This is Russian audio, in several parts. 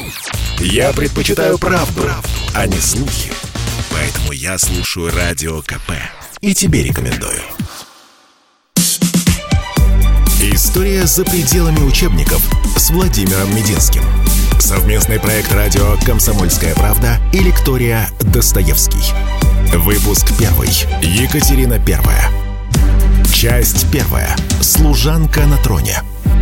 Я предпочитаю правду, а не слухи. Поэтому я слушаю Радио КП. И тебе рекомендую. История за пределами учебников с Владимиром Мединским. Совместный проект радио «Комсомольская правда» и лектория «Достоевский». Выпуск 1. Екатерина I. Часть 1. Служанка на троне.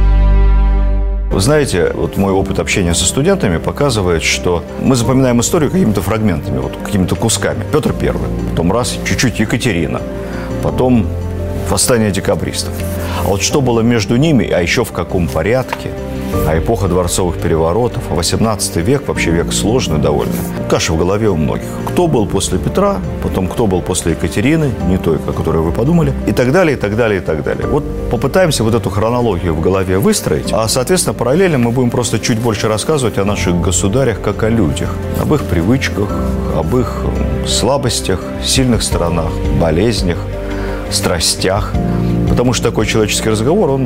Вы знаете, вот мой опыт общения со студентами показывает, что мы запоминаем историю какими-то фрагментами, вот какими-то кусками. Петр I, потом раз, чуть-чуть Екатерина, потом восстание декабристов. А вот что было между ними, а еще в каком порядке, а эпоха дворцовых переворотов, 18 век, вообще век сложный довольно. Каша в голове у многих. Кто был после Петра, потом кто был после Екатерины, не той, о которой вы подумали, и так далее, и так далее, и так далее. Вот попытаемся вот эту хронологию в голове выстроить, а, соответственно, параллельно мы будем просто чуть больше рассказывать о наших государях как о людях, об их привычках, об их слабостях, сильных сторонах, болезнях, страстях. Потому что такой человеческий разговор, он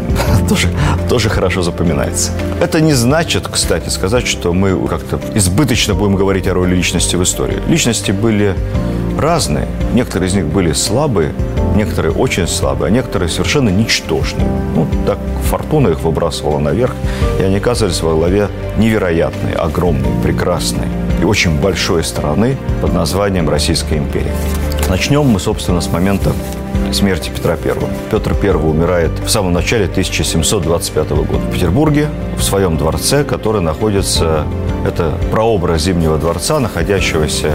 тоже хорошо запоминается. Это не значит, кстати, сказать, что мы как-то избыточно будем говорить о роли личности в истории. Личности были разные. Некоторые из них были слабые, некоторые очень слабые, а некоторые совершенно ничтожные. Ну, так фортуна их выбрасывала наверх, и они оказались во главе невероятной, огромной, прекрасной и очень большой страны под названием Российская империя. Начнем мы, собственно, с момента смерти Петра I. Петр I умирает в самом начале 1725 года в Петербурге, в своем дворце, который находится, это прообраз Зимнего дворца, находящегося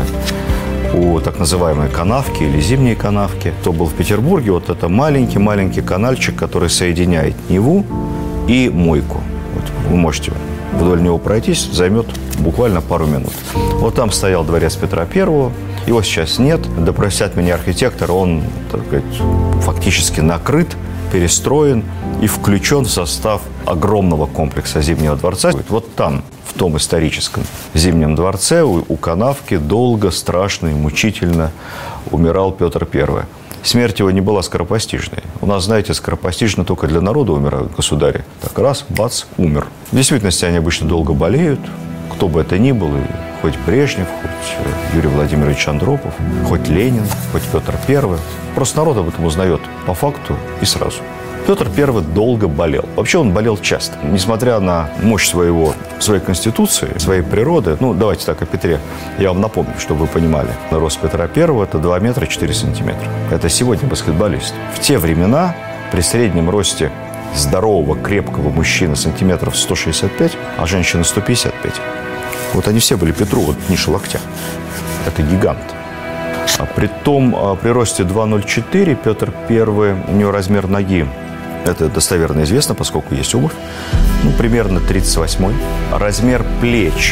у так называемой канавки или Зимней канавки. Кто был в Петербурге, вот это маленький-маленький канальчик, который соединяет Неву и Мойку. Вот вы можете вдоль него пройтись, займет буквально пару минут. Вот там стоял дворец Петра I. Его сейчас нет. Да простят меня архитектор, он, так сказать, фактически накрыт, перестроен и включен в состав огромного комплекса Зимнего дворца. Вот там, в том историческом Зимнем дворце, у канавки долго, страшно и мучительно умирал Петр I. Смерть его не была скоропостижной. У нас, знаете, скоропостижно только для народа умирают государи. Так раз, бац, умер. В действительности они обычно долго болеют. Кто бы это ни был, хоть Брежнев, хоть Юрий Владимирович Андропов, хоть Ленин, хоть Петр I. Просто народ об этом узнает по факту и сразу. Петр I долго болел. Вообще он болел часто. Несмотря на мощь своей конституции, своей природы, давайте так о Петре, я вам напомню, чтобы вы понимали. Рост Петра I – это 2 метра 4 сантиметра. Это сегодня баскетболист. В те времена при среднем росте здорового, крепкого мужчины сантиметров 165, а женщины 155. Вот они все были Петру, вот ниже локтя. Это гигант. А при росте 2,04 Петр I, у него размер ноги, это достоверно известно, поскольку есть обувь, примерно 38-й. Размер плеч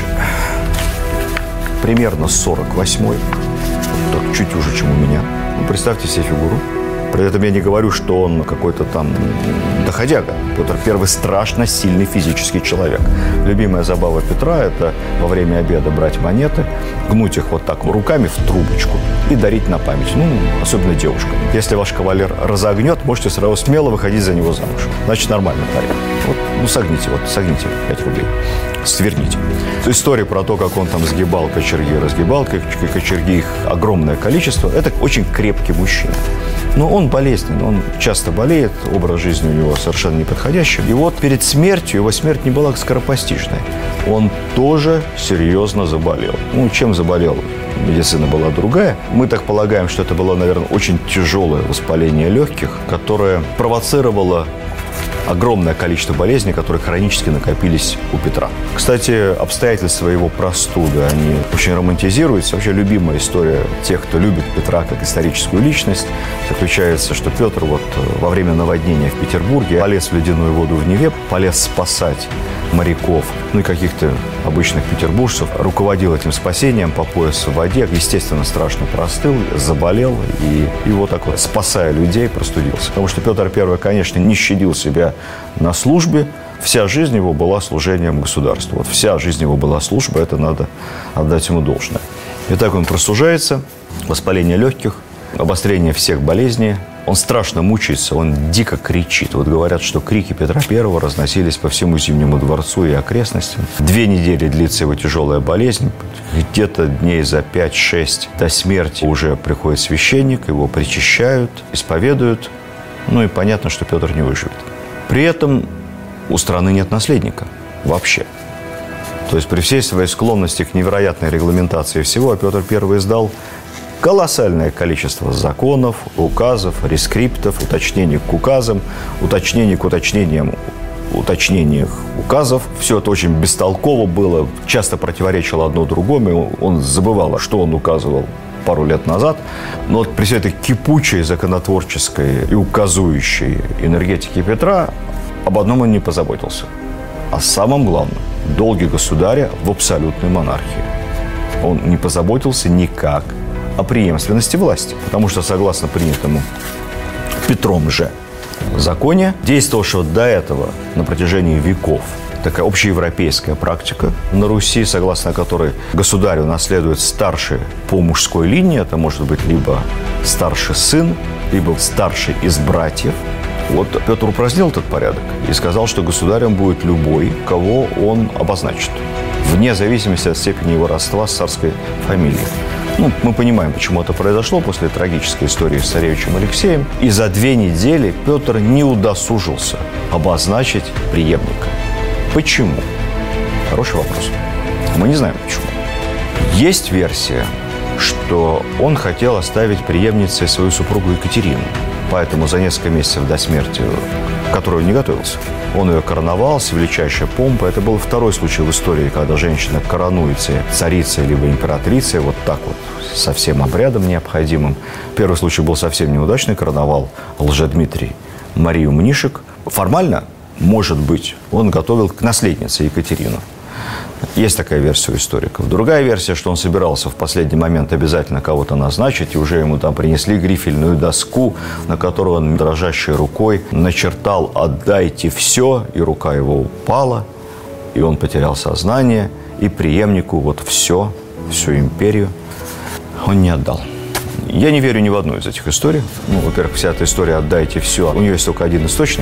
примерно 48-й. Так, чуть уже, чем у меня. Представьте себе фигуру. При этом я не говорю, что он какой-то там доходяга. Петр I страшно сильный физический человек. Любимая забава Петра – это во время обеда брать монеты, гнуть их вот так руками в трубочку и дарить на память. Особенно девушкам. Если ваш кавалер разогнет, можете сразу смело выходить за него замуж. Значит, нормально парень. Согните 5 рублей. Сверните. История про то, как он там сгибал кочерги, разгибал кочерги, их огромное количество. Это очень крепкий мужчина. Но он болезненный, он часто болеет, образ жизни у него совершенно неподходящий. И вот перед смертью, его смерть не была скоропостижной. Он тоже серьезно заболел. Чем заболел? Медицина была другая. Мы так полагаем, что это было, наверное, очень тяжелое воспаление легких, которое провоцировало огромное количество болезней, которые хронически накопились у Петра. Кстати, обстоятельства его простуды, они очень романтизируются. Вообще любимая история тех, кто любит Петра как историческую личность, заключается, что Петр во время наводнения в Петербурге полез в ледяную воду в Неве, полез спасать моряков, и каких-то обычных петербуржцев, руководил этим спасением по пояс в воде, естественно, страшно простыл, заболел и вот так вот, спасая людей, простудился. Потому что Петр I, конечно, не щадил себя на службе, вся жизнь его была служением государству. Вся жизнь его была служба, это надо отдать ему должное. Итак, он простужается, воспаление легких, обострение всех болезней. Он страшно мучается, он дико кричит. Вот говорят, что крики Петра I разносились по всему Зимнему дворцу и окрестностям. 2 недели длится его тяжелая болезнь. Где-то дней за 5-6 до смерти уже приходит священник, его причащают, исповедуют. Ну и понятно, что Петр не выживет. При этом у страны нет наследника вообще. То есть при всей своей склонности к невероятной регламентации всего, Петр I издал колоссальное количество законов, указов, рескриптов, уточнений к указам, уточнений к уточнениям, уточнениях указов. Все это очень бестолково было, часто противоречило одно другому. Он забывал, что он указывал пару лет назад. Но вот при всей этой кипучей, законотворческой и указующей энергетике Петра об одном он не позаботился. О самом главном – долге государя в абсолютной монархии. Он не позаботился никак о преемственности власти. Потому что, согласно принятому Петром же законе, действовавшего до этого на протяжении веков, такая общеевропейская практика на Руси, согласно которой государю наследует старший по мужской линии, это может быть либо старший сын, либо старший из братьев. Вот Петр упразднил этот порядок и сказал, что государем будет любой, кого он обозначит, вне зависимости от степени его родства с царской фамилией. Ну, мы понимаем, почему это произошло после трагической истории с царевичем Алексеем. И за 2 недели Петр не удосужился обозначить преемника. Почему? Хороший вопрос. Мы не знаем, почему. Есть версия, что он хотел оставить преемницей свою супругу Екатерину. Поэтому за несколько месяцев до смерти, к которой он не готовился, он ее короновал с величайшей помпой. Это был второй случай в истории, когда женщина коронуется царицей либо императрицей, вот так вот, со всем обрядом необходимым. Первый случай был совсем неудачный, короновал Лжедмитрий Марию Мнишек. Формально, может быть, он готовил к наследнице Екатерину. Есть такая версия у историков. Другая версия, что он собирался в последний момент обязательно кого-то назначить, и уже ему там принесли грифельную доску, на которую он дрожащей рукой начертал «Отдайте все», и рука его упала, и он потерял сознание, и преемнику вот все, всю империю он не отдал. Я не верю ни в одну из этих историй. Ну, во-первых, вся эта история «Отдайте все». У нее есть только один источник,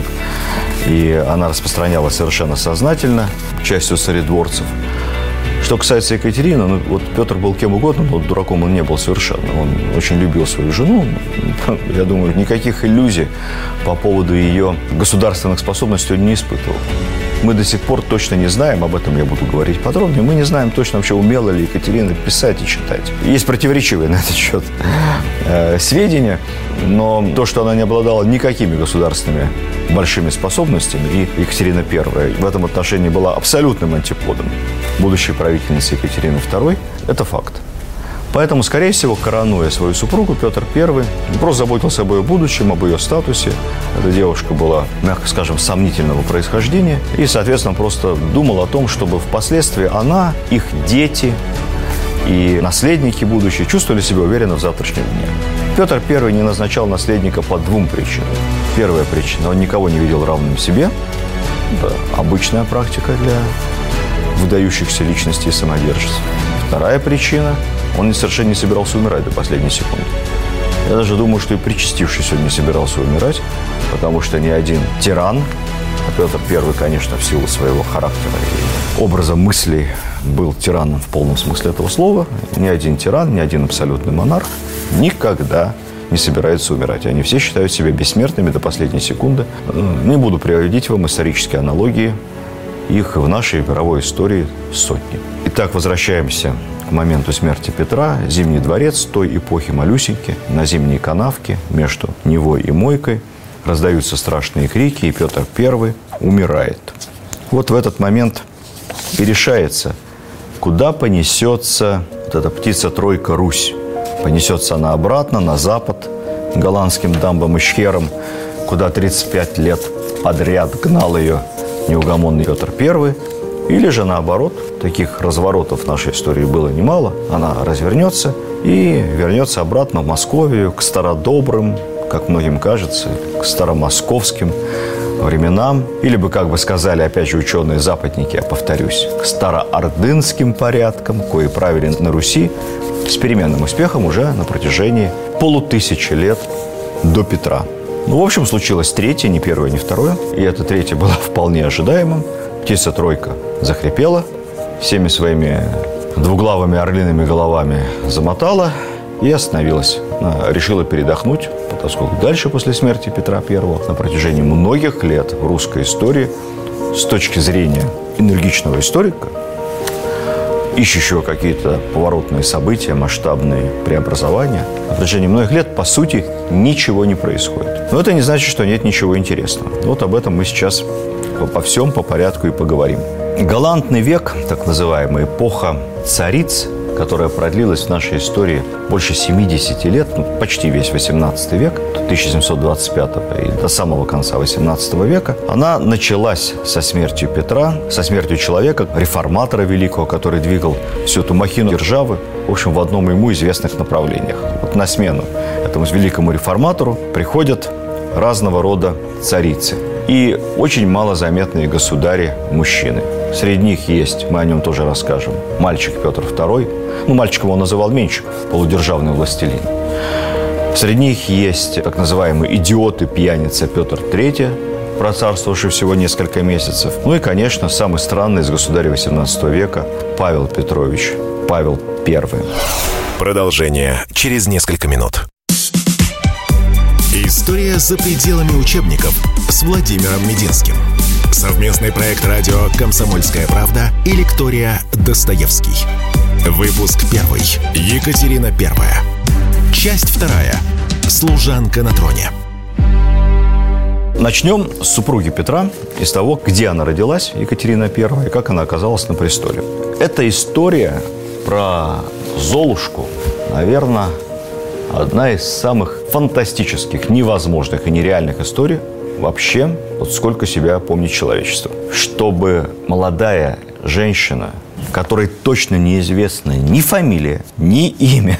и она распространялась совершенно сознательно частью царедворцев. Что касается Екатерины, ну, вот Петр был кем угодно, но дураком он не был совершенно. Он очень любил свою жену. Я думаю, никаких иллюзий по поводу ее государственных способностей он не испытывал. Мы до сих пор точно не знаем, об этом я буду говорить подробнее, мы не знаем точно вообще, умела ли Екатерина писать и читать. Есть противоречивые на этот счет сведения, но то, что она не обладала никакими государственными большими способностями, и Екатерина I в этом отношении была абсолютным антиподом будущей правительницы Екатерины II, это факт. Поэтому, скорее всего, коронуя свою супругу, Петр I просто заботился об ее будущем, об ее статусе. Эта девушка была, мягко скажем, сомнительного происхождения. И, соответственно, просто думал о том, чтобы впоследствии она, их дети и наследники будущие чувствовали себя уверенно в завтрашнем дне. Петр I не назначал наследника по 2 причинам. Первая причина – он никого не видел равным себе. Это обычная практика для выдающихся личностей и самодержцев. Вторая причина – он совершенно не собирался умирать до последней секунды. Я даже думаю, что и причастившись он не собирался умирать, потому что ни один тиран, а Петр I, конечно, в силу своего характера и образа мыслей был тираном в полном смысле этого слова, ни один тиран, ни один абсолютный монарх никогда не собираются умирать. Они все считают себя бессмертными до последней секунды. Не буду приводить вам исторические аналогии. Их в нашей мировой истории сотни. Итак, возвращаемся к моменту смерти Петра. Зимний дворец той эпохи малюсенький. На зимней канавке между Невой и Мойкой раздаются страшные крики, и Петр I умирает. Вот в этот момент и решается, куда понесется вот эта птица-тройка Русь. Понесется она обратно, на запад, голландским дамбам и шхерам, куда 35 лет подряд гнал ее неугомонный Петр I, или же наоборот, таких разворотов в нашей истории было немало, она развернется и вернется обратно в Московию, к стародобрым, как многим кажется, к старомосковским временам, или бы, как бы сказали, опять же, ученые-западники, я повторюсь, к староордынским порядкам, кои правили на Руси с переменным успехом уже на протяжении 500 лет до Петра. Ну, в общем, случилось третье, не первое, не второе. И это третье было вполне ожидаемым. Птица-тройка захрипела, всеми своими двуглавыми орлиными головами замотала и остановилась. Она решила передохнуть, поскольку дальше, после смерти Петра I, на протяжении многих лет в русской истории, с точки зрения энергичного историка, ищущего какие-то поворотные события, масштабные преобразования, на протяжении многих лет, по сути, ничего не происходит. Но это не значит, что нет ничего интересного. Вот об этом мы сейчас по всем по порядку и поговорим. Галантный век, так называемая эпоха цариц, которая продлилась в нашей истории больше 70 лет, ну, почти весь 18 век, 1725 и до самого конца 18 века, она началась со смертью Петра, со смертью человека, реформатора великого, который двигал всю эту махину державы, в общем, в одном ему известных направлениях. Вот на смену этому великому реформатору приходят разного рода царицы и очень малозаметные государи-мужчины. Среди них есть, мы о нем тоже расскажем, мальчик Петр II. Ну, мальчиком он называл Меньшиков, полудержавный властелин. Среди них есть так называемый идиот-пьяница Петр III, процарствовавший всего несколько месяцев. Ну и, конечно, самый странный из государей XVIII века Павел Петрович, Павел I. Продолжение через несколько минут. История за пределами учебников с Владимиром Мединским. Совместный проект радио «Комсомольская правда» и лектория «Достоевский». Выпуск 1. Екатерина I. Часть 2. Служанка на троне. Начнем с супруги Петра и с того, где она родилась, Екатерина I, и как она оказалась на престоле. Эта история про Золушку, наверное, одна из самых фантастических, невозможных и нереальных историй вообще, вот сколько себя помнит человечество. Чтобы молодая женщина, которой точно неизвестна ни фамилия, ни имя,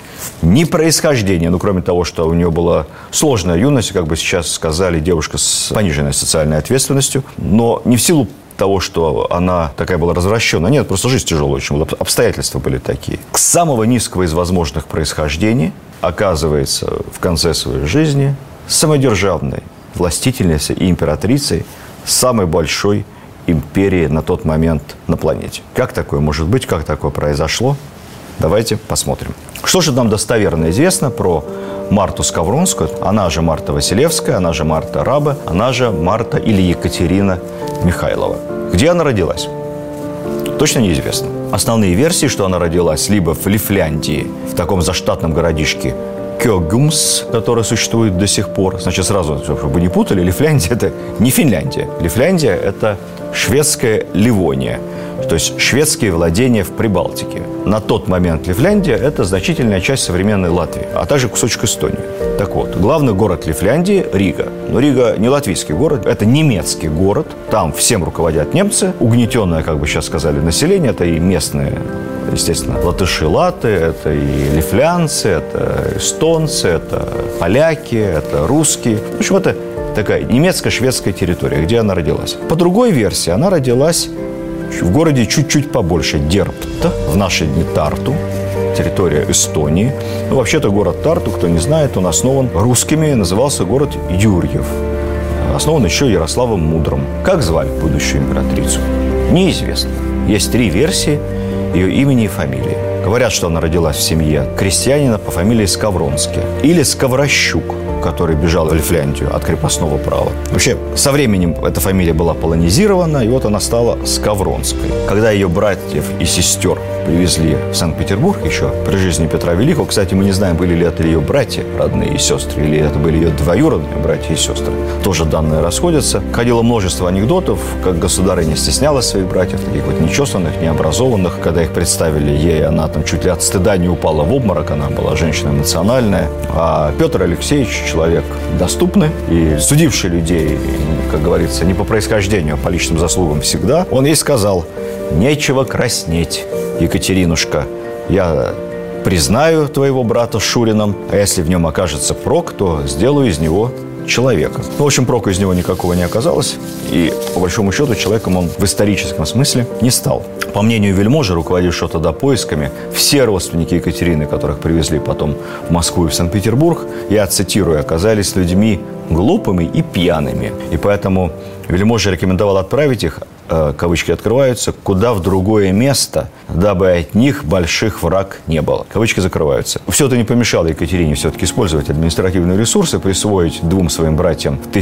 ни происхождение, ну, кроме того, что у нее была сложная юность, как бы сейчас сказали, девушка с пониженной социальной ответственностью, но не в силу того, что она такая была развращенная. Нет, просто жизнь тяжелая очень, обстоятельства были такие. К самого низкого из возможных происхождений оказывается в конце своей жизни самодержавной властительницей и императрицей самой большой империи на тот момент на планете. Как такое может быть, как такое произошло? Давайте посмотрим. Что же нам достоверно известно про Марту Скавронскую, она же Марта Василевская, она же Марта Раба, она же Марта или Екатерина Михайлова. Где она родилась? Точно неизвестно. Основные версии, что она родилась либо в Лифляндии, в таком заштатном городишке Кёгумс, который существует до сих пор. Значит, сразу, чтобы вы не путали, Лифляндия – это не Финляндия. Лифляндия – это шведская Ливония, то есть шведские владения в Прибалтике. На тот момент Лифляндия – это значительная часть современной Латвии, а также кусочек Эстонии. Так вот, главный город Лифляндии – Рига. Но Рига не латвийский город, это немецкий город. Там всем руководят немцы. Угнетенное, как бы сейчас сказали, население – это и местные, естественно, латыши-латы, это и лифлянцы, это эстонцы, это поляки, это русские. В общем, это такая немецко-шведская территория, где она родилась. По другой версии, она родилась в городе чуть-чуть побольше Дербта, в наши дни Тарту, территория Эстонии. Ну, вообще-то город Тарту, кто не знает, он основан русскими, назывался город Юрьев. Основан еще Ярославом Мудрым. Как звали будущую императрицу? Неизвестно. Есть 3 версии ее имени и фамилии. Говорят, что она родилась в семье крестьянина по фамилии Скавронский или Скаврощук, который бежал в Лифляндию от крепостного права. Вообще, со временем эта фамилия была полонизирована, и вот она стала Скавронской. Когда ее братьев и сестер привезли в Санкт-Петербург еще при жизни Петра Великого, кстати, мы не знаем, были ли это ее братья, родные и сестры, или это были ее двоюродные братья и сестры. Тоже данные расходятся. Ходило множество анекдотов, как государыня стеснялась своих братьев, таких вот нечесанных, необразованных. Когда их представили ей, она там чуть ли от стыда не упала в обморок, она была женщина эмоциональная. А Петр Алексеевич человек доступный и судивший людей, как говорится, не по происхождению, а по личным заслугам всегда. Он ей сказал: «Нечего краснеть, Екатеринушка, я признаю твоего брата Шурином, а если в нем окажется прок, то сделаю из него человека. В общем, проку из него никакого не оказалось, и, по большому счету, человеком он в историческом смысле не стал. По мнению вельможи, руководившего тогда поисками, все родственники Екатерины, которых привезли потом в Москву и в Санкт-Петербург, я цитирую, оказались людьми глупыми и пьяными. И поэтому вельможа рекомендовал отправить их, кавычки открываются, куда в другое место, дабы от них больших враг не было. Кавычки закрываются. Все это не помешало Екатерине все-таки использовать административные ресурсы, присвоить двум своим братьям в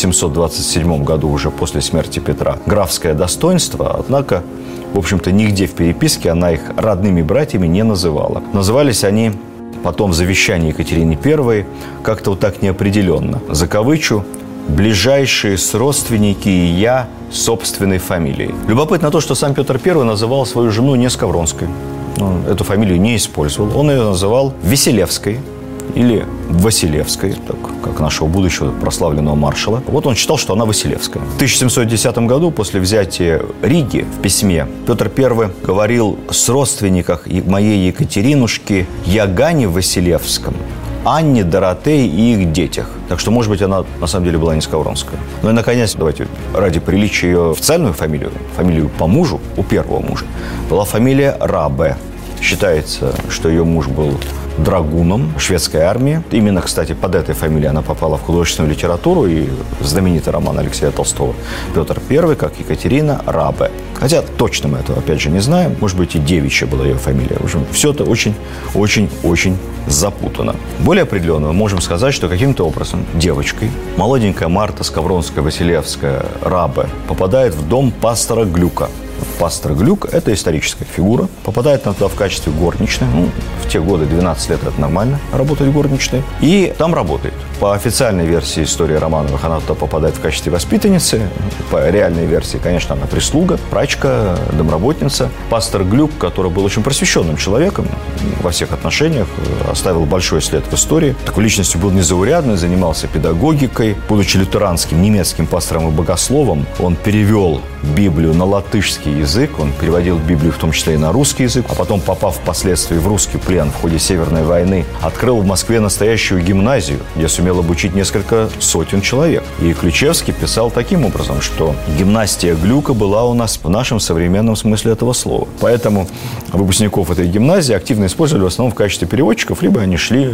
1727 году, уже после смерти Петра, графское достоинство, однако, в общем-то, нигде в переписке она их родными братьями не называла. Назывались они потом в завещании Екатерины I как-то вот так неопределенно. Закавычу: ближайшие сродственники и я собственной фамилией. Любопытно то, что сам Петр I называл свою жену не Скавронской. Он эту фамилию не использовал. Он ее называл Веселевской или Василевской, так как нашего будущего прославленного маршала. Вот он считал, что она Василевская. В 1710 году, после взятия Риги, в письме Петр I говорил с родственниках моей Екатеринушки Ягане Василевском, Анне, Доротее и их детях. Так что, может быть, она на самом деле была не Скавронская. Ну и, наконец, давайте ради приличия ее официальную фамилию по мужу, у первого мужа, была фамилия Рабе. Считается, что ее муж был драгуном шведской армии. Именно, кстати, под этой фамилией она попала в художественную литературу, и знаменитый роман Алексея Толстого «Петр I, как Екатерина Рабе». Хотя точно мы этого, опять же, не знаем. Может быть, и девичья была ее фамилия. В общем, все это очень запутано. Более определенно мы можем сказать, что каким-то образом девочкой молоденькая Марта Скавронская-Василевская Рабе попадает в дом пастора Глюка. Пастор Глюк – это историческая фигура. Попадает она туда в качестве горничной. Ну, в те годы, 12 лет, это нормально, работать горничной. И там работает. По официальной версии истории Романовых она туда попадает в качестве воспитанницы. По реальной версии, конечно, она прислуга, прачка, домработница. Пастор Глюк, который был очень просвещенным человеком во всех отношениях, оставил большой след в истории. Такой личностью был незаурядный, занимался педагогикой. Будучи лютеранским немецким пастором и богословом, он перевел Библию на латышский язык, он переводил Библию в том числе и на русский язык, а потом, попав впоследствии в русский плен в ходе Северной войны, открыл в Москве настоящую гимназию, где сумел обучить несколько сотен человек. И Ключевский писал таким образом, что гимнастия Глюка была у нас в нашем современном смысле этого слова. Поэтому выпускников этой гимназии активно использовали в основном в качестве переводчиков, либо они шли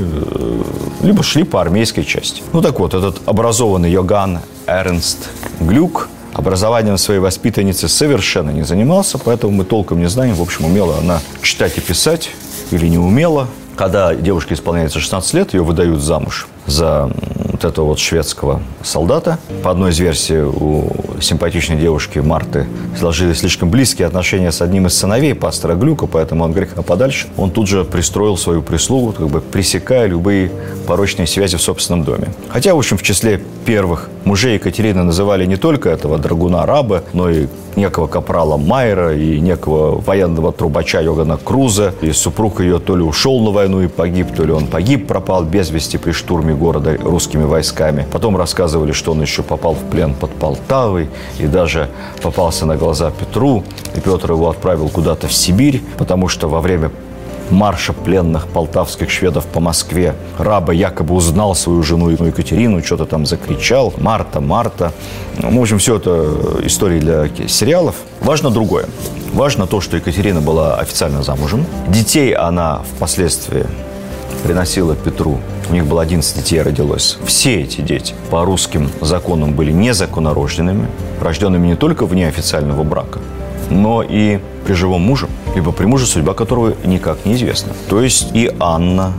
по армейской части. Ну так вот, этот образованный Йоганн Эрнст Глюк образованием своей воспитанницы совершенно не занимался, поэтому мы толком не знаем, в общем, умела она читать и писать или не умела. Когда девушке исполняется 16 лет, ее выдают замуж за вот этого вот шведского солдата. По одной из версий, у симпатичной девушки Марты сложились слишком близкие отношения с одним из сыновей пастора Глюка, поэтому от греха подальше он тут же пристроил свою прислугу, как бы пресекая любые порочные связи в собственном доме. Хотя, в общем, в числе первых мужей Екатерины называли не только этого драгуна Рабе, но и некого капрала Майера и некого военного трубача Йогана Круза. И супруг ее то ли ушел на войну и погиб, то ли он погиб, пропал без вести при штурме города русскими войсками. Потом рассказывали, что он еще попал в плен под Полтавой и даже попался на глаза Петру. И Петр его отправил куда-то в Сибирь, потому что во время марша пленных полтавских шведов по Москве Рабе якобы узнал свою жену Екатерину, что-то там закричал: «Марта, Марта». Ну, в общем, все это истории для сериалов. Важно другое. Важно то, что Екатерина была официально замужем. Детей она впоследствии приносила Петру. У них было 11 детей родилось. Все эти дети по русским законам были незаконнорожденными, рожденными не только вне официального брака, но и при живом муже, либо при муже, судьба которого никак неизвестна. То есть и Анна,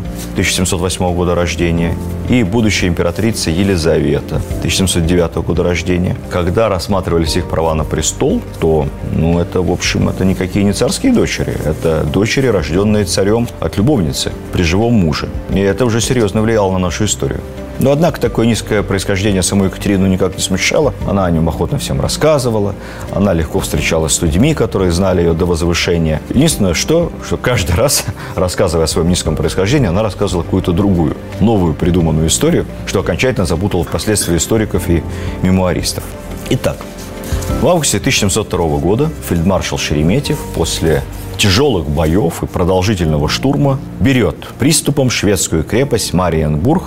1708 года рождения, и будущая императрица Елизавета, 1709 года рождения. Когда рассматривались их права на престол, то, это, в общем, это никакие не царские дочери. Это дочери, рожденные царем от любовницы при живом муже. И это уже серьезно влияло на нашу историю. Но, однако, такое низкое происхождение саму Екатерину никак не смущало. Она о нем охотно всем рассказывала. Она легко встречалась с людьми, которые знали ее до возвышения. Единственное, что каждый раз, рассказывая о своем низком происхождении, она рассказывала какую-то другую, новую придуманную историю, что окончательно запутало впоследствии историков и мемуаристов. Итак, в августе 1702 года фельдмаршал Шереметьев после тяжелых боев и продолжительного штурма берет приступом шведскую крепость Мариенбург,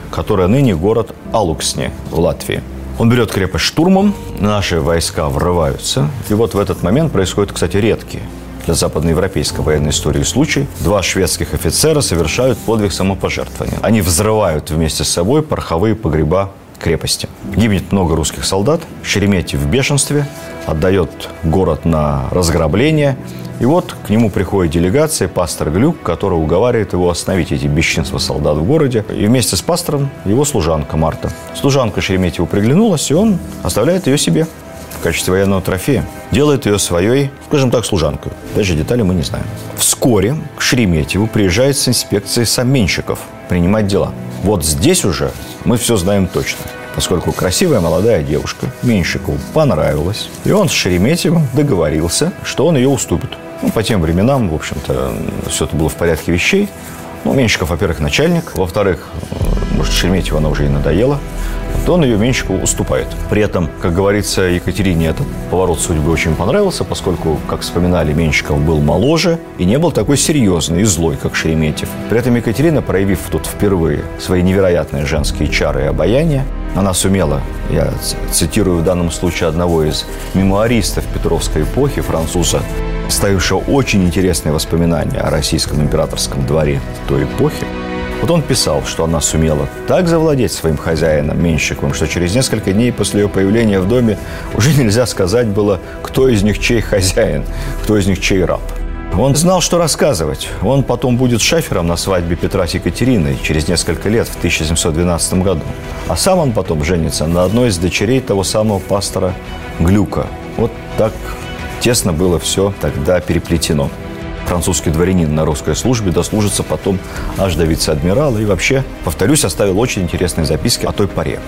которая ныне город Алуксни в Латвии. Он берет крепость штурмом, наши войска врываются. И вот в этот момент происходит, кстати, редкий для западноевропейской военной истории случай. 2 шведских офицера совершают подвиг самопожертвования. Они взрывают вместе с собой пороховые погреба крепости. Гибнет много русских солдат. Шереметьев в бешенстве отдает город на разграбление. И вот к нему приходит делегация, пастор Глюк, который уговаривает его остановить эти бесчинства солдат в городе. И вместе с пастором его служанка Марта. Служанка Шереметьеву приглянулась, и он оставляет ее себе в качестве военного трофея. Делает ее своей, скажем так, служанкой. Дальше детали мы не знаем. Вскоре к Шереметьеву приезжает с инспекцией сам Меньшиков принимать дела. Вот здесь уже мы все знаем точно. Поскольку красивая молодая девушка Меньшикову понравилась. И он с Шереметьевым договорился, что он ее уступит. По тем временам, в общем-то, все это было в порядке вещей. Меньшиков, во-первых, начальник. Во-вторых, может, Шереметьеву она уже и надоела. То он ее Меньшикову уступает. При этом, как говорится, Екатерине этот поворот судьбы очень понравился, поскольку, как вспоминали, Меньшиков был моложе и не был такой серьезный и злой, как Шереметьев. При этом Екатерина, проявив тут впервые свои невероятные женские чары и обаяние, она сумела, я цитирую в данном случае одного из мемуаристов Петровской эпохи, француза, ставившего очень интересные воспоминания о российском императорском дворе той эпохи. Вот он писал, что она сумела так завладеть своим хозяином Меньшиковым, что через несколько дней после ее появления в доме уже нельзя сказать было, кто из них чей хозяин, кто из них чей раб. Он знал, что рассказывать. Он потом будет шафером на свадьбе Петра с Екатериной через несколько лет, в 1712 году. А сам он потом женится на одной из дочерей того самого пастора Глюка. Вот так тесно было все тогда переплетено. Французский дворянин на русской службе дослужится потом аж до вице-адмирала. И вообще, повторюсь, оставил очень интересные записки о той поре.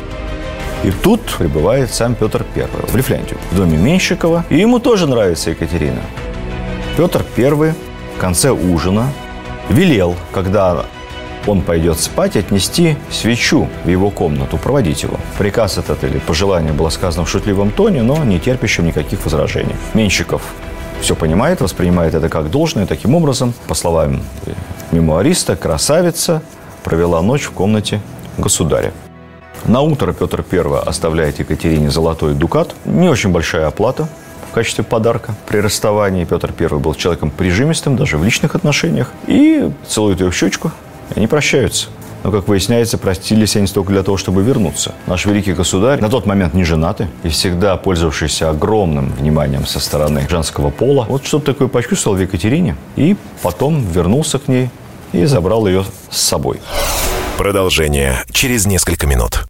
И тут прибывает сам Петр I в Лифляндию, в доме Меньшикова. И ему тоже нравится Екатерина. Петр I в конце ужина велел, когда он пойдет спать, отнести свечу в его комнату, проводить его. Приказ этот или пожелание было сказано в шутливом тоне, но не терпящем никаких возражений. Меньшиков все понимает, воспринимает это как должное. Таким образом, по словам мемуариста, красавица провела ночь в комнате государя. На утро Петр I оставляет Екатерине золотой дукат. Не очень большая оплата в качестве подарка. При расставании Петр I был человеком прижимистым, даже в личных отношениях. И целует ее в щечку, и они прощаются. Но, как выясняется, простились они только для того, чтобы вернуться. Наш великий государь, на тот момент не женатый и всегда пользовавшийся огромным вниманием со стороны женского пола, вот что-то такое почувствовал в Екатерине и потом вернулся к ней и забрал ее с собой. Продолжение через несколько минут.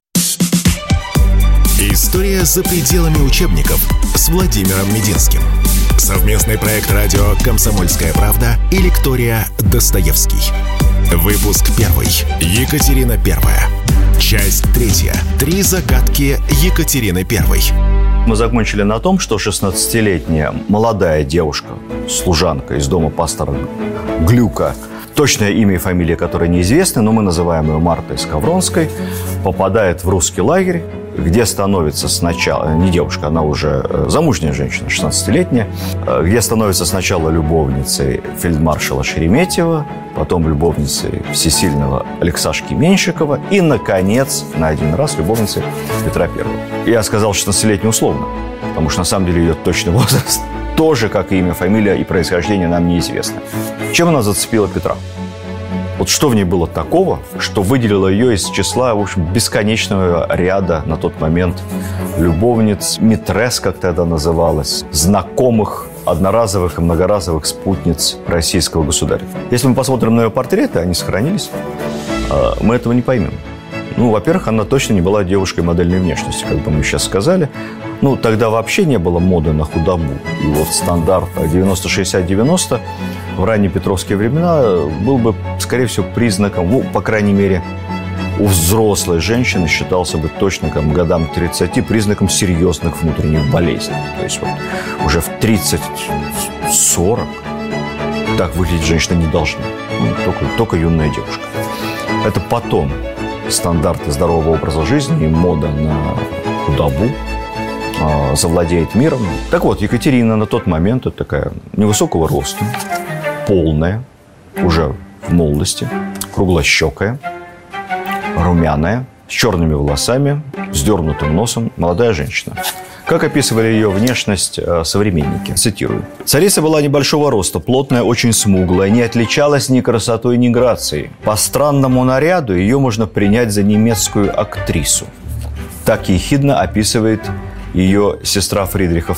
История за пределами учебников с Владимиром Мединским. Совместный проект радио «Комсомольская правда» и лектория «Достоевский». Выпуск 1. Екатерина I. Часть 3. 3 загадки Екатерины I. Мы закончили на том, что 16-летняя молодая девушка, служанка из дома пастора Глюка, точное имя и фамилия которой неизвестны, но мы называем ее Мартой Скавронской, попадает в русский лагерь, где становится сначала, не девушка, она уже замужняя женщина, 16-летняя, где становится сначала любовницей фельдмаршала Шереметьева, потом любовницей всесильного Алексашки Меньшикова и, наконец, на один раз любовницей Петра I. Я сказал 16-летней условно, потому что на самом деле ее точный возраст тоже, как и имя, фамилия и происхождение, нам неизвестно. Чем она зацепила Петра? Вот что в ней было такого, что выделило ее из числа, в общем, бесконечного ряда на тот момент любовниц, митрес, как тогда называлось, знакомых, одноразовых и многоразовых спутниц российского государя. Если мы посмотрим на ее портреты, они сохранились, мы этого не поймем. Во-первых, она точно не была девушкой модельной внешности, как бы мы сейчас сказали. Тогда вообще не было моды на худобу. И вот стандарт 90-60-90 в ранние петровские времена был бы, скорее всего, признаком, по крайней мере, у взрослой женщины считался бы точно к годам 30 признаком серьезных внутренних болезней. То есть вот уже в 30-40 так выглядеть женщина не должна. Только юная девушка. Это потом стандарты здорового образа жизни и мода на худобу завладеет миром. Так вот, Екатерина на тот момент это такая невысокого роста, полная, уже в молодости, круглощекая, румяная, с черными волосами, вздернутым носом, молодая женщина. Как описывали ее внешность современники? Цитирую. «Царица была небольшого роста, плотная, очень смуглая, не отличалась ни красотой, ни грацией. По странному наряду ее можно принять за немецкую актрису». Так ехидно описывает ее сестра Фридриха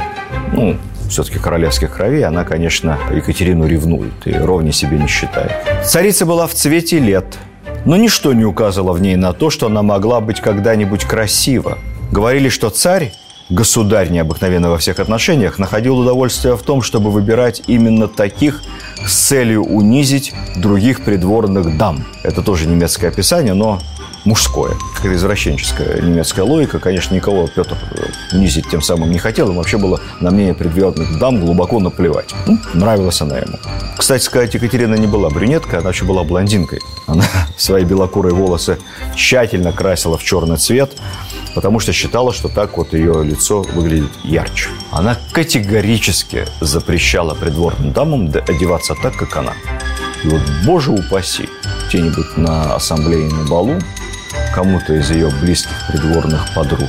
II. Все-таки королевских кровей, она, конечно, Екатерину ревнует и ровней себе не считает. Царица была в цвете лет, но ничто не указывало в ней на то, что она могла быть когда-нибудь красива. Говорили, что царь, государь необыкновенно во всех отношениях, находил удовольствие в том, чтобы выбирать именно таких с целью унизить других придворных дам. Это тоже немецкое описание, но мужское. Какая-то извращенческая немецкая логика. Конечно, никого Петр унизить тем самым не хотел. Ему вообще было на мнение придворных дам глубоко наплевать. Нравилась она ему. Кстати сказать, Екатерина не была брюнеткой, она еще была блондинкой. Она свои белокурые волосы тщательно красила в черный цвет, потому что считала, что так вот ее лицо выглядит ярче. Она категорически запрещала придворным дамам одеваться так, как она. И вот, боже упаси, где-нибудь на ассамблее, на балу кому-то из ее близких придворных подруг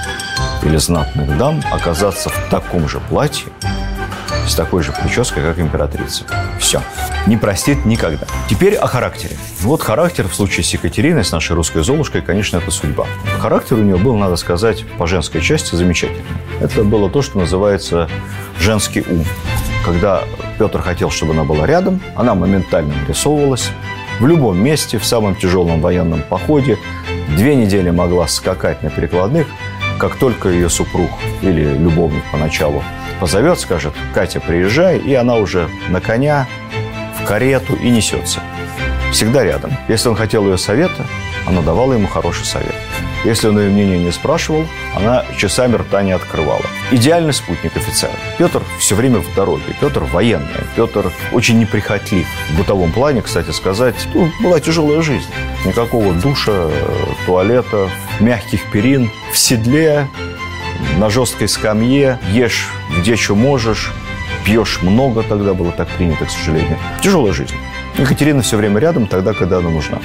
или знатных дам оказаться в таком же платье, с такой же прической, как императрица. Все. Не простит никогда. Теперь о характере. Вот характер в случае с Екатериной, с нашей русской Золушкой, конечно, это судьба. Характер у нее был, надо сказать, по женской части замечательный. Это было то, что называется женский ум. Когда Петр хотел, чтобы она была рядом, она моментально нарисовывалась. В любом месте, в самом тяжелом военном походе 2 недели могла скакать на перекладных. Как только ее супруг или любовник поначалу позовет, скажет: «Катя, приезжай», и она уже на коня, в карету и несется. Всегда рядом. Если он хотел ее совета, она давала ему хороший совет. Если он ее мнение не спрашивал, она часами рта не открывала. Идеальный спутник офицера. Петр все время в дороге. Петр военный. Петр очень неприхотлив. В бытовом плане, кстати сказать, была тяжелая жизнь. Никакого душа, туалета, мягких перин, в седле, на жесткой скамье, ешь где что можешь, пьешь много, тогда было так принято, к сожалению. Тяжелая жизнь. Екатерина все время рядом, тогда, когда она нужна.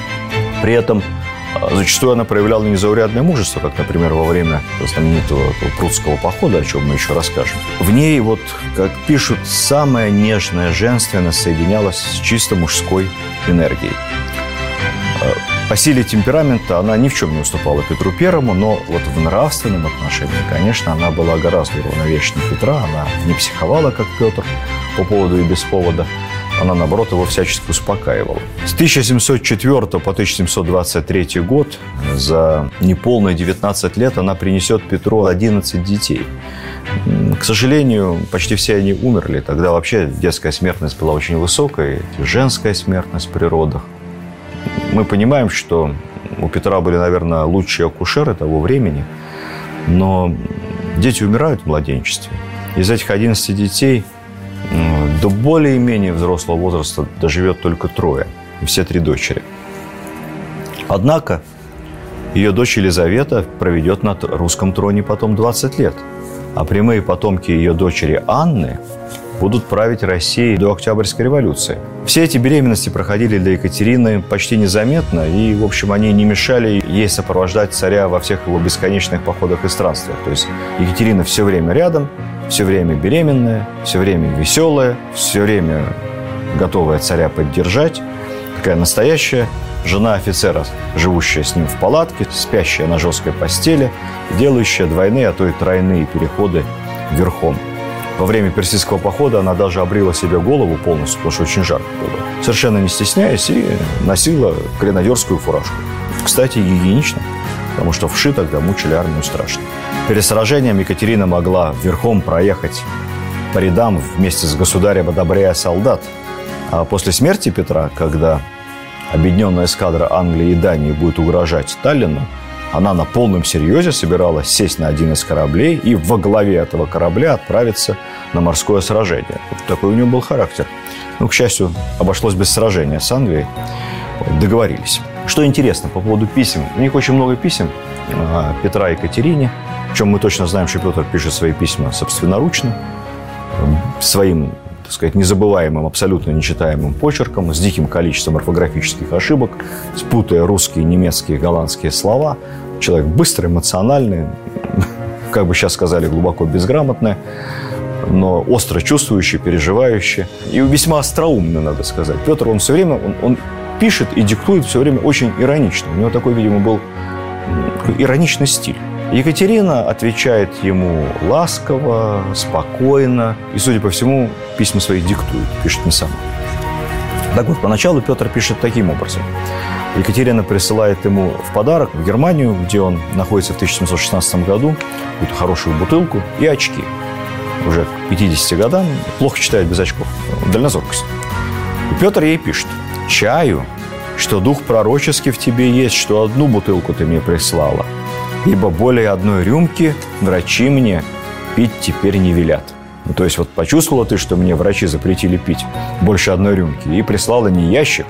При этом зачастую она проявляла незаурядное мужество, как, например, во время знаменитого прусского похода, о чем мы еще расскажем. В ней, вот, как пишут, самая нежная женственность соединялась с чисто мужской энергией. По силе темперамента она ни в чем не уступала Петру Первому, но вот в нравственном отношении, конечно, она была гораздо уравновешеннее Петра. Она не психовала, как Петр, по поводу и без повода. Она, наоборот, его всячески успокаивала. С 1704 по 1723 год, за неполные 19 лет, она принесет Петру 11 детей. К сожалению, почти все они умерли. Тогда вообще детская смертность была очень высокой, женская смертность при родах. Мы понимаем, что у Петра были, наверное, лучшие акушеры того времени, но дети умирают в младенчестве. Из этих 11 детей до более-менее взрослого возраста доживет только 3, и все 3 дочери. Однако ее дочь Елизавета проведет на русском троне потом 20 лет, а прямые потомки ее дочери Анны будут править Россией до Октябрьской революции. Все эти беременности проходили для Екатерины почти незаметно, и, в общем, они не мешали ей сопровождать царя во всех его бесконечных походах и странствиях. То есть Екатерина все время рядом, все время беременная, все время веселая, все время готовая царя поддержать. Такая настоящая жена офицера, живущая с ним в палатке, спящая на жесткой постели, делающая двойные, а то и тройные переходы верхом. Во время персидского похода она даже обрила себе голову полностью, потому что очень жарко было. Совершенно не стесняясь, и носила гренадерскую фуражку. Кстати, гигиенично, потому что вши тогда мучили армию страшно. Перед сражением Екатерина могла верхом проехать по рядам вместе с государем, одобряя солдат. А после смерти Петра, когда объединенная эскадра Англии и Дании будет угрожать Таллину, она на полном серьезе собиралась сесть на один из кораблей и во главе этого корабля отправиться на морское сражение. Вот такой у нее был характер. Ну, к счастью, обошлось без сражения с Англией. Договорились. Что интересно по поводу писем. У них очень много писем Петра и Екатерине. Причем мы точно знаем, что Петр пишет свои письма собственноручно, своим так сказать, незабываемым, абсолютно нечитаемым почерком, с диким количеством орфографических ошибок, спутая русские, немецкие, голландские слова. Человек быстрый, эмоциональный, как бы сейчас сказали, глубоко безграмотный, но остро чувствующий, переживающий и весьма остроумный, надо сказать. Петр, он все время, он пишет и диктует все время очень иронично. У него такой, видимо, был ироничный стиль. Екатерина отвечает ему ласково, спокойно и, судя по всему, письма свои диктует, пишет не сама. Так вот, поначалу Петр пишет таким образом. Екатерина присылает ему в подарок в Германию, где он находится в 1716 году, какую-то хорошую бутылку и очки. Уже к 50 годам, плохо читает без очков, дальнозоркость. И Петр ей пишет: «Чаю, что дух пророческий в тебе есть, что одну бутылку ты мне прислала, ибо более одной рюмки врачи мне пить теперь не велят». Ну, то есть вот почувствовала ты, что мне врачи запретили пить больше одной рюмки, и прислала не ящик,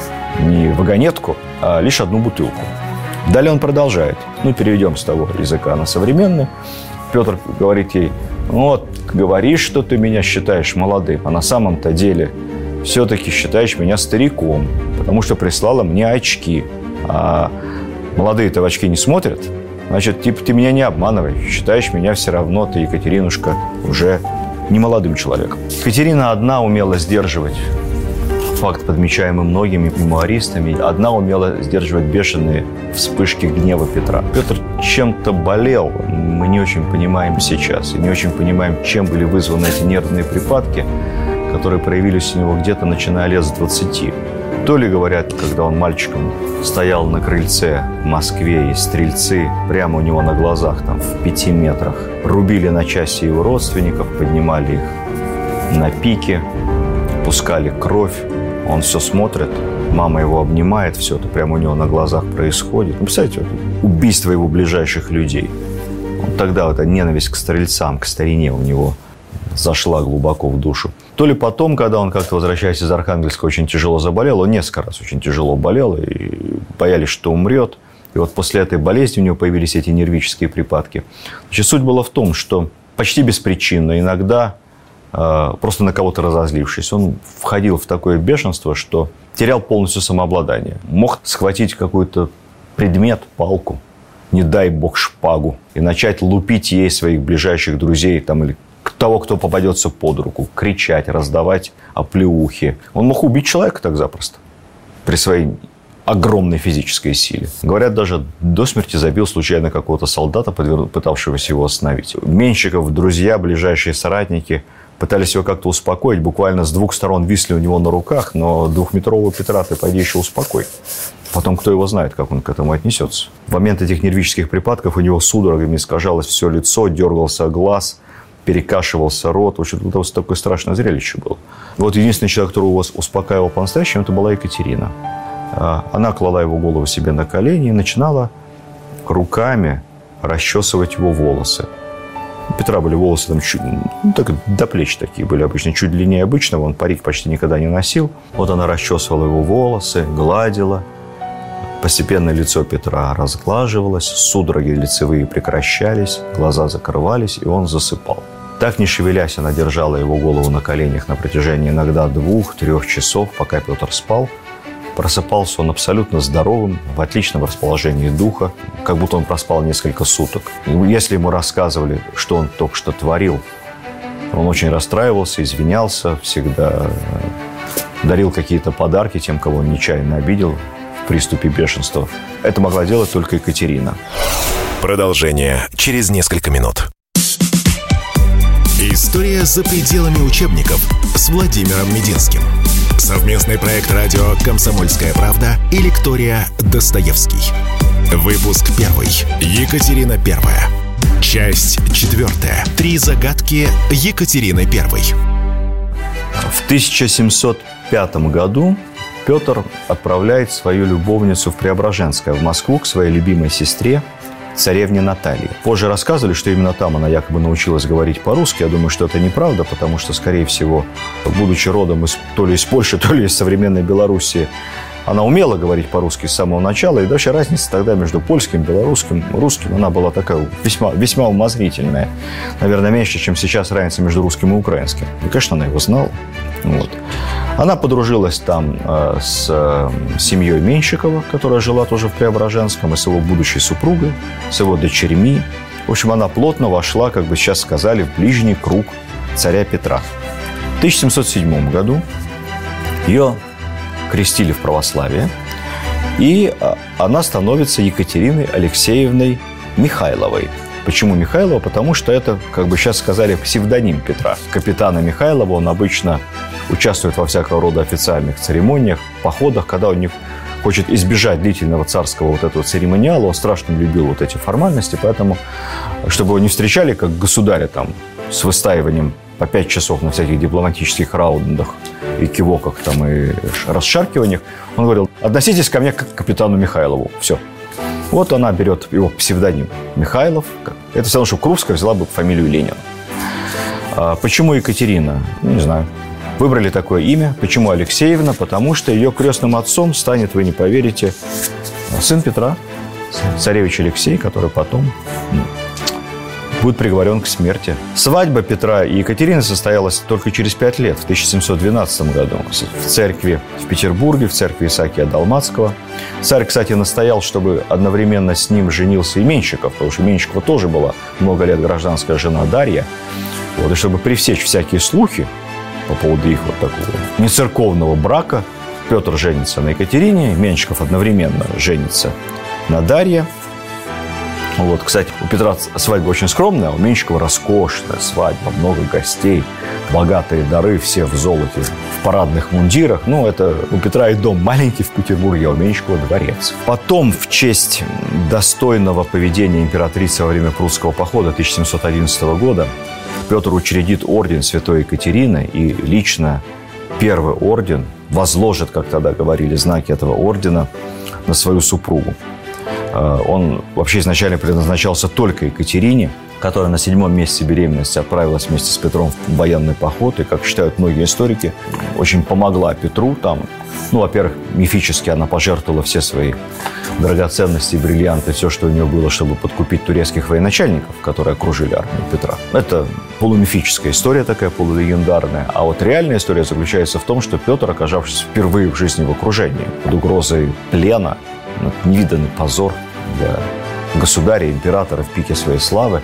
не вагонетку, а лишь одну бутылку. Далее он продолжает. Ну, переведем с того языка на современный. Петр говорит ей: вот, говоришь, что ты меня считаешь молодым, а на самом-то деле все-таки считаешь меня стариком, потому что прислала мне очки. А молодые-то в очки не смотрят. Значит, типа ты меня не обманывай, считаешь меня все равно, ты, Екатеринушка, уже не молодым человеком. Екатерина одна умела сдерживать, факт, подмечаемый многими мемуаристами, одна умела сдерживать бешеные вспышки гнева Петра. Петр чем-то болел, мы не очень понимаем сейчас, и не очень понимаем, чем были вызваны эти нервные припадки, которые проявились у него где-то начиная лет с 20. То ли, говорят, когда он мальчиком стоял на крыльце в Москве, и стрельцы прямо у него на глазах, там, в 5 метрах, рубили на части его родственников, поднимали их на пике, пускали кровь. Он все смотрит, мама его обнимает, все это прямо у него на глазах происходит. Ну, представляете, убийство его ближайших людей. Тогда вот эта ненависть к стрельцам, к старине у него зашла глубоко в душу. То ли потом, когда он как-то, возвращаясь из Архангельска, очень тяжело заболел, он несколько раз очень тяжело болел, и боялись, что умрет. И вот после этой болезни у него появились эти нервические припадки. Значит, суть была в том, что почти беспричинно, иногда просто на кого-то разозлившись, он входил в такое бешенство, что терял полностью самообладание. Мог схватить какой-то предмет, палку, не дай бог шпагу, и начать лупить ей своих ближайших друзей там, или того, кто попадется под руку, кричать, раздавать оплеухи. Он мог убить человека так запросто при своей огромной физической силе. Говорят, даже до смерти забил случайно какого-то солдата, пытавшегося его остановить. Меньшиков, друзья, ближайшие соратники пытались его как-то успокоить. Буквально с двух сторон висли у него на руках, но двухметрового Петра ты пойди еще успокой. Потом кто его знает, как он к этому отнесется. В момент этих нервических припадков у него судорогами искажалось все лицо, дергался глаз, перекашивался рот. В общем, вот такое страшное зрелище было. Вот единственный человек, который его успокаивал по-настоящему, это была Екатерина. Она клала его голову себе на колени и начинала руками расчесывать его волосы. У Петра были волосы там чуть, так, до плеч такие были обычно, чуть длиннее обычного. Он парик почти никогда не носил. Вот она расчесывала его волосы, гладила. Постепенно лицо Петра разглаживалось, судороги лицевые прекращались, глаза закрывались, и он засыпал. Так, не шевелясь, она держала его голову на коленях на протяжении иногда 2-3 часов, пока Петр спал. Просыпался он абсолютно здоровым, в отличном расположении духа, как будто он проспал несколько суток. И если ему рассказывали, что он только что творил, он очень расстраивался, извинялся, всегда дарил какие-то подарки тем, кого он нечаянно обидел в приступе бешенства. Это могла делать только Екатерина. Продолжение через несколько минут. История за пределами учебников с Владимиром Мединским. Совместный проект радио «Комсомольская правда» и лектория «Достоевский». Выпуск 1. Екатерина I. Часть 4. 3 загадки Екатерины I. В 1705 году Петр отправляет свою любовницу в Преображенское, в Москву, к своей любимой сестре, царевне Наталье. Позже рассказывали, что именно там она якобы научилась говорить по-русски. Я думаю, что это неправда, потому что, скорее всего, будучи родом то ли из Польши, то ли из современной Белоруссии, Она умела говорить по-русски с самого начала, и даже разница тогда между польским, белорусским, русским, она была такая весьма умозрительная. Наверное, меньше, чем сейчас разница между русским и украинским. И, конечно, она его знала. Вот. Она подружилась там с семьей Меньшикова, которая жила тоже в Преображенском, и с его будущей супругой, с его дочерьми. В общем, она плотно вошла, как бы сейчас сказали, в ближний круг царя Петра. В 1707 году ее крестили в православие, и она становится Екатериной Алексеевной Михайловой. Почему Михайлова? Потому что это, как бы сейчас сказали, псевдоним Петра. Капитана Михайлова, он обычно участвует во всякого рода официальных церемониях, походах, когда он не хочет избежать длительного царского вот этого церемониала. Он страшно любил вот эти формальности, поэтому, чтобы его не встречали как государя там с выстаиванием по 5 часов на всяких дипломатических раундах и кивоках там, и расшаркиваниях, он говорил: относитесь ко мне как к капитану Михайлову. Все. Вот она берет его псевдоним Михайлов. Это все равно, что Крупская взяла бы фамилию Ленина. Почему Екатерина? Не знаю. Выбрали такое имя. Почему Алексеевна? Потому что ее крестным отцом станет, вы не поверите, сын Петра, царевич Алексей, который потом будет приговорен к смерти. Свадьба Петра и Екатерины состоялась только через 5 лет, в 1712 году, в церкви в Петербурге, в церкви Исаакия Далмацкого. Царь, кстати, настоял, чтобы одновременно с ним женился и Меньшиков, потому что у Меньшикова тоже была много лет гражданская жена Дарья. Вот, и чтобы пресечь всякие слухи по поводу их вот такого нецерковного брака, Петр женится на Екатерине, Меньшиков одновременно женится на Дарье. Вот, кстати, у Петра свадьба очень скромная, а у Меньшикова роскошная свадьба, много гостей, богатые дары, все в золоте, в парадных мундирах. Ну, это у Петра и дом маленький в Петербурге, а у Меньшикова дворец. Потом, в честь достойного поведения императрицы во время прусского похода 1711 года, Петр учредит орден Святой Екатерины и лично первый орден возложит, как тогда говорили, знаки этого ордена на свою супругу. Он вообще изначально предназначался только Екатерине, которая на 7-м месяце беременности отправилась вместе с Петром в военный поход. И, как считают многие историки, очень помогла Петру там. Ну, во-первых, мифически она пожертвовала все свои драгоценности, бриллианты, все, что у нее было, чтобы подкупить турецких военачальников, которые окружили армию Петра. Это полумифическая история такая, полулегендарная. А вот реальная история заключается в том, что Петр, оказавшись впервые в жизни в окружении, под угрозой плена, невиданный позор для государя, императора в пике своей славы,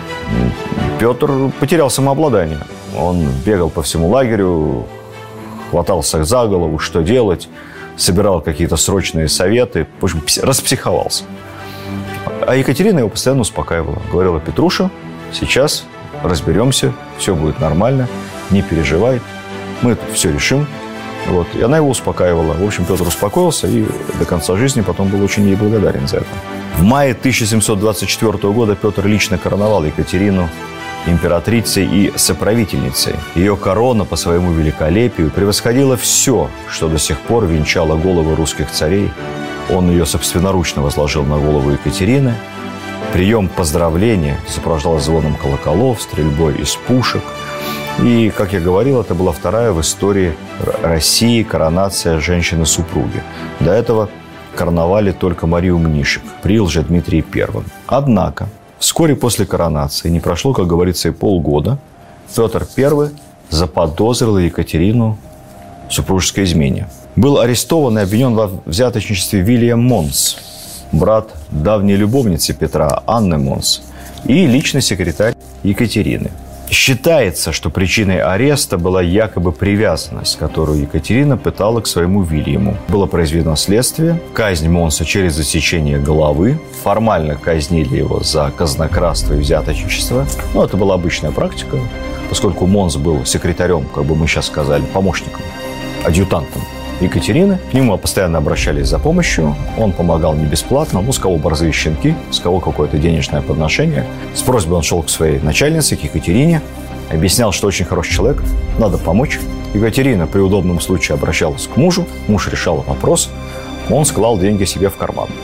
Петр потерял самообладание. Он бегал по всему лагерю, хватался за голову, что делать, собирал какие-то срочные советы, в общем, распсиховался. А Екатерина его постоянно успокаивала. Говорила: Петруша, сейчас разберемся, все будет нормально, не переживай, мы это все решим. Вот. И она его успокаивала. В общем, Петр успокоился и до конца жизни потом был очень ей благодарен за это. В мае 1724 года Петр лично короновал Екатерину императрицей и соправительницей. Ее корона по своему великолепию превосходила все, что до сих пор венчало головы русских царей. Он ее собственноручно возложил на голову Екатерины. Прием поздравления сопровождался звоном колоколов, стрельбой из пушек. И, как я говорил, это была вторая в истории России коронация женщины-супруги. До этого короновали только Марию Мнишек при Лжедмитрии I. Однако, вскоре после коронации, не прошло, как говорится, и полгода, Петр I заподозрил Екатерину в супружеской измене. Был арестован и обвинен во взяточничестве Вильям Монс, брат давней любовницы Петра Анны Монс и личный секретарь Екатерины. Считается, что причиной ареста была якобы привязанность, которую Екатерина пытала к своему Вильяму. Было произведено следствие, казнь Монса через засечение головы. Формально казнили его за казнократство и взяточничество. Но это была обычная практика, поскольку Монс был секретарем, как бы мы сейчас сказали, помощником, адъютантом Екатерины. К нему постоянно обращались за помощью. Он помогал не бесплатно. Ну, с кого борзые щенки, с кого какое-то денежное подношение. С просьбой он шел к своей начальнице, к Екатерине. Объяснял, что очень хороший человек, надо помочь. Екатерина при удобном случае обращалась к мужу. Муж решал вопрос. Он склал деньги себе в карман.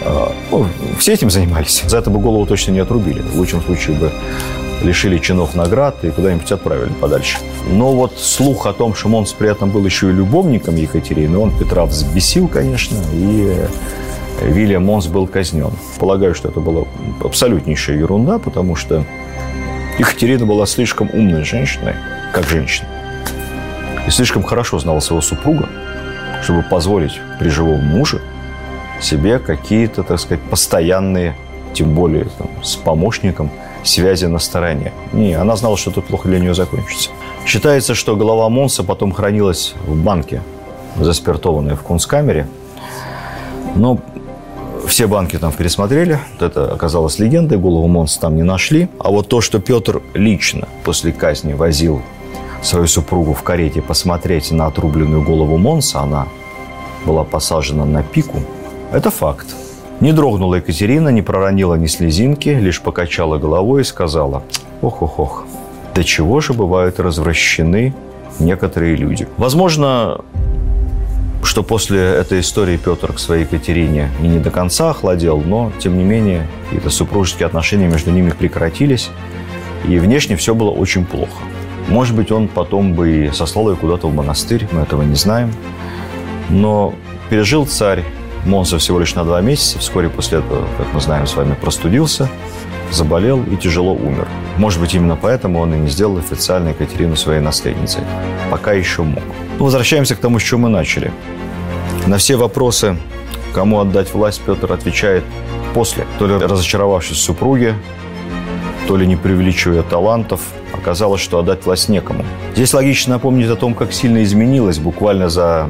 Все этим занимались. За это бы голову точно не отрубили. В лучшем случае бы лишили чинов наград и куда-нибудь отправили подальше. Но вот слух о том, что Монс при этом был еще и любовником Екатерины, он Петра взбесил, конечно, и Вильям Монс был казнен. Полагаю, что это была абсолютнейшая ерунда, потому что Екатерина была слишком умной женщиной, как женщина, и слишком хорошо знала своего супруга, чтобы позволить при живом муже себе какие-то, так сказать, постоянные, тем более там, с помощником, связи на стороне. Не, она знала, что это плохо для нее закончится. Считается, что голова Монса потом хранилась в банке, заспиртованной в кунсткамере. Но все банки там пересмотрели. Вот это оказалось легендой, голову Монса там не нашли. А вот то, что Петр лично после казни возил свою супругу в карете посмотреть на отрубленную голову Монса, она была посажена на пику, это факт. Не дрогнула Екатерина, не проронила ни слезинки, лишь покачала головой и сказала: ох-ох-ох, до чего же бывают развращены некоторые люди. Возможно, что после этой истории Петр к своей Екатерине и не до конца охладел, но, тем не менее, какие-то супружеские отношения между ними прекратились, и внешне все было очень плохо. Может быть, он потом бы и сослал ее куда-то в монастырь, мы этого не знаем. Но пережил царь Монса всего лишь на 2 месяца. Вскоре после этого, как мы знаем с вами, простудился, заболел и тяжело умер. Может быть, именно поэтому он и не сделал официально Екатерину своей наследницей. Пока еще мог. Возвращаемся к тому, с чего мы начали. На все вопросы, кому отдать власть, Петр отвечает после. То ли разочаровавшись в супруге, то ли не преувеличивая талантов, оказалось, что отдать власть некому. Здесь логично напомнить о том, как сильно изменилась буквально за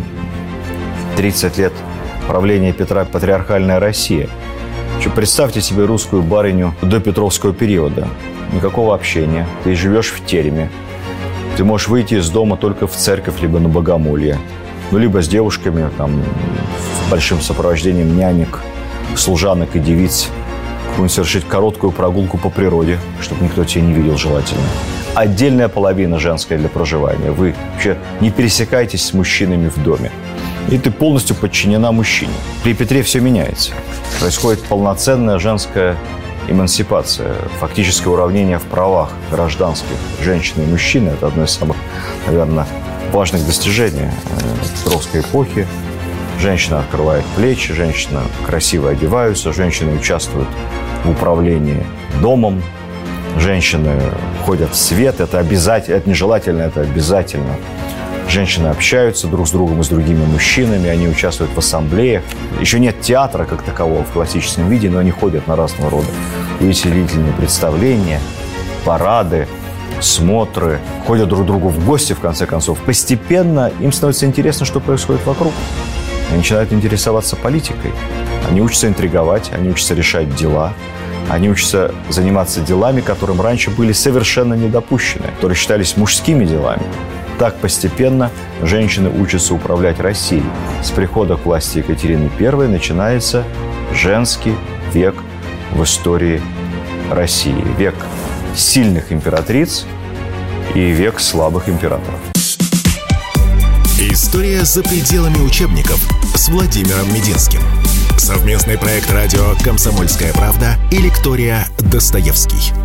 30 лет правления Петра патриархальная Россия. Представьте себе русскую барыню до Петровского периода. Никакого общения. Ты живешь в тереме. Ты можешь выйти из дома только в церковь, либо на богомолье. Либо с девушками, там, с большим сопровождением нянек, служанок и девиц. Совершить короткую прогулку по природе, чтобы никто тебя не видел желательно. Отдельная половина женская для проживания. Вы вообще не пересекаетесь с мужчинами в доме. И ты полностью подчинена мужчине. При Петре все меняется. Происходит полноценная женская эмансипация, фактическое уравнение в правах гражданских женщины и мужчины. Это одно из самых, наверное, важных достижений Петровской эпохи. Женщина открывает плечи, женщина красиво одеваются, женщины участвуют в управлении домом, женщины ходят в свет, это обязательно, это нежелательно, это обязательно. Женщины общаются друг с другом и с другими мужчинами, они участвуют в ассамблеях. Еще нет театра как такового в классическом виде, но они ходят на разного рода увеселительные представления, парады, смотры, ходят друг к другу в гости, в конце концов. Постепенно им становится интересно, что происходит вокруг. Они начинают интересоваться политикой. Они учатся интриговать, они учатся решать дела. Они учатся заниматься делами, которым раньше были совершенно недопущены, которые считались мужскими делами. Так постепенно женщины учатся управлять Россией. С прихода к власти Екатерины I начинается женский век в истории России. Век сильных императриц и век слабых императоров. История за пределами учебников с Владимиром Мединским. Совместный проект радио «Комсомольская правда» и лектория «Достоевский».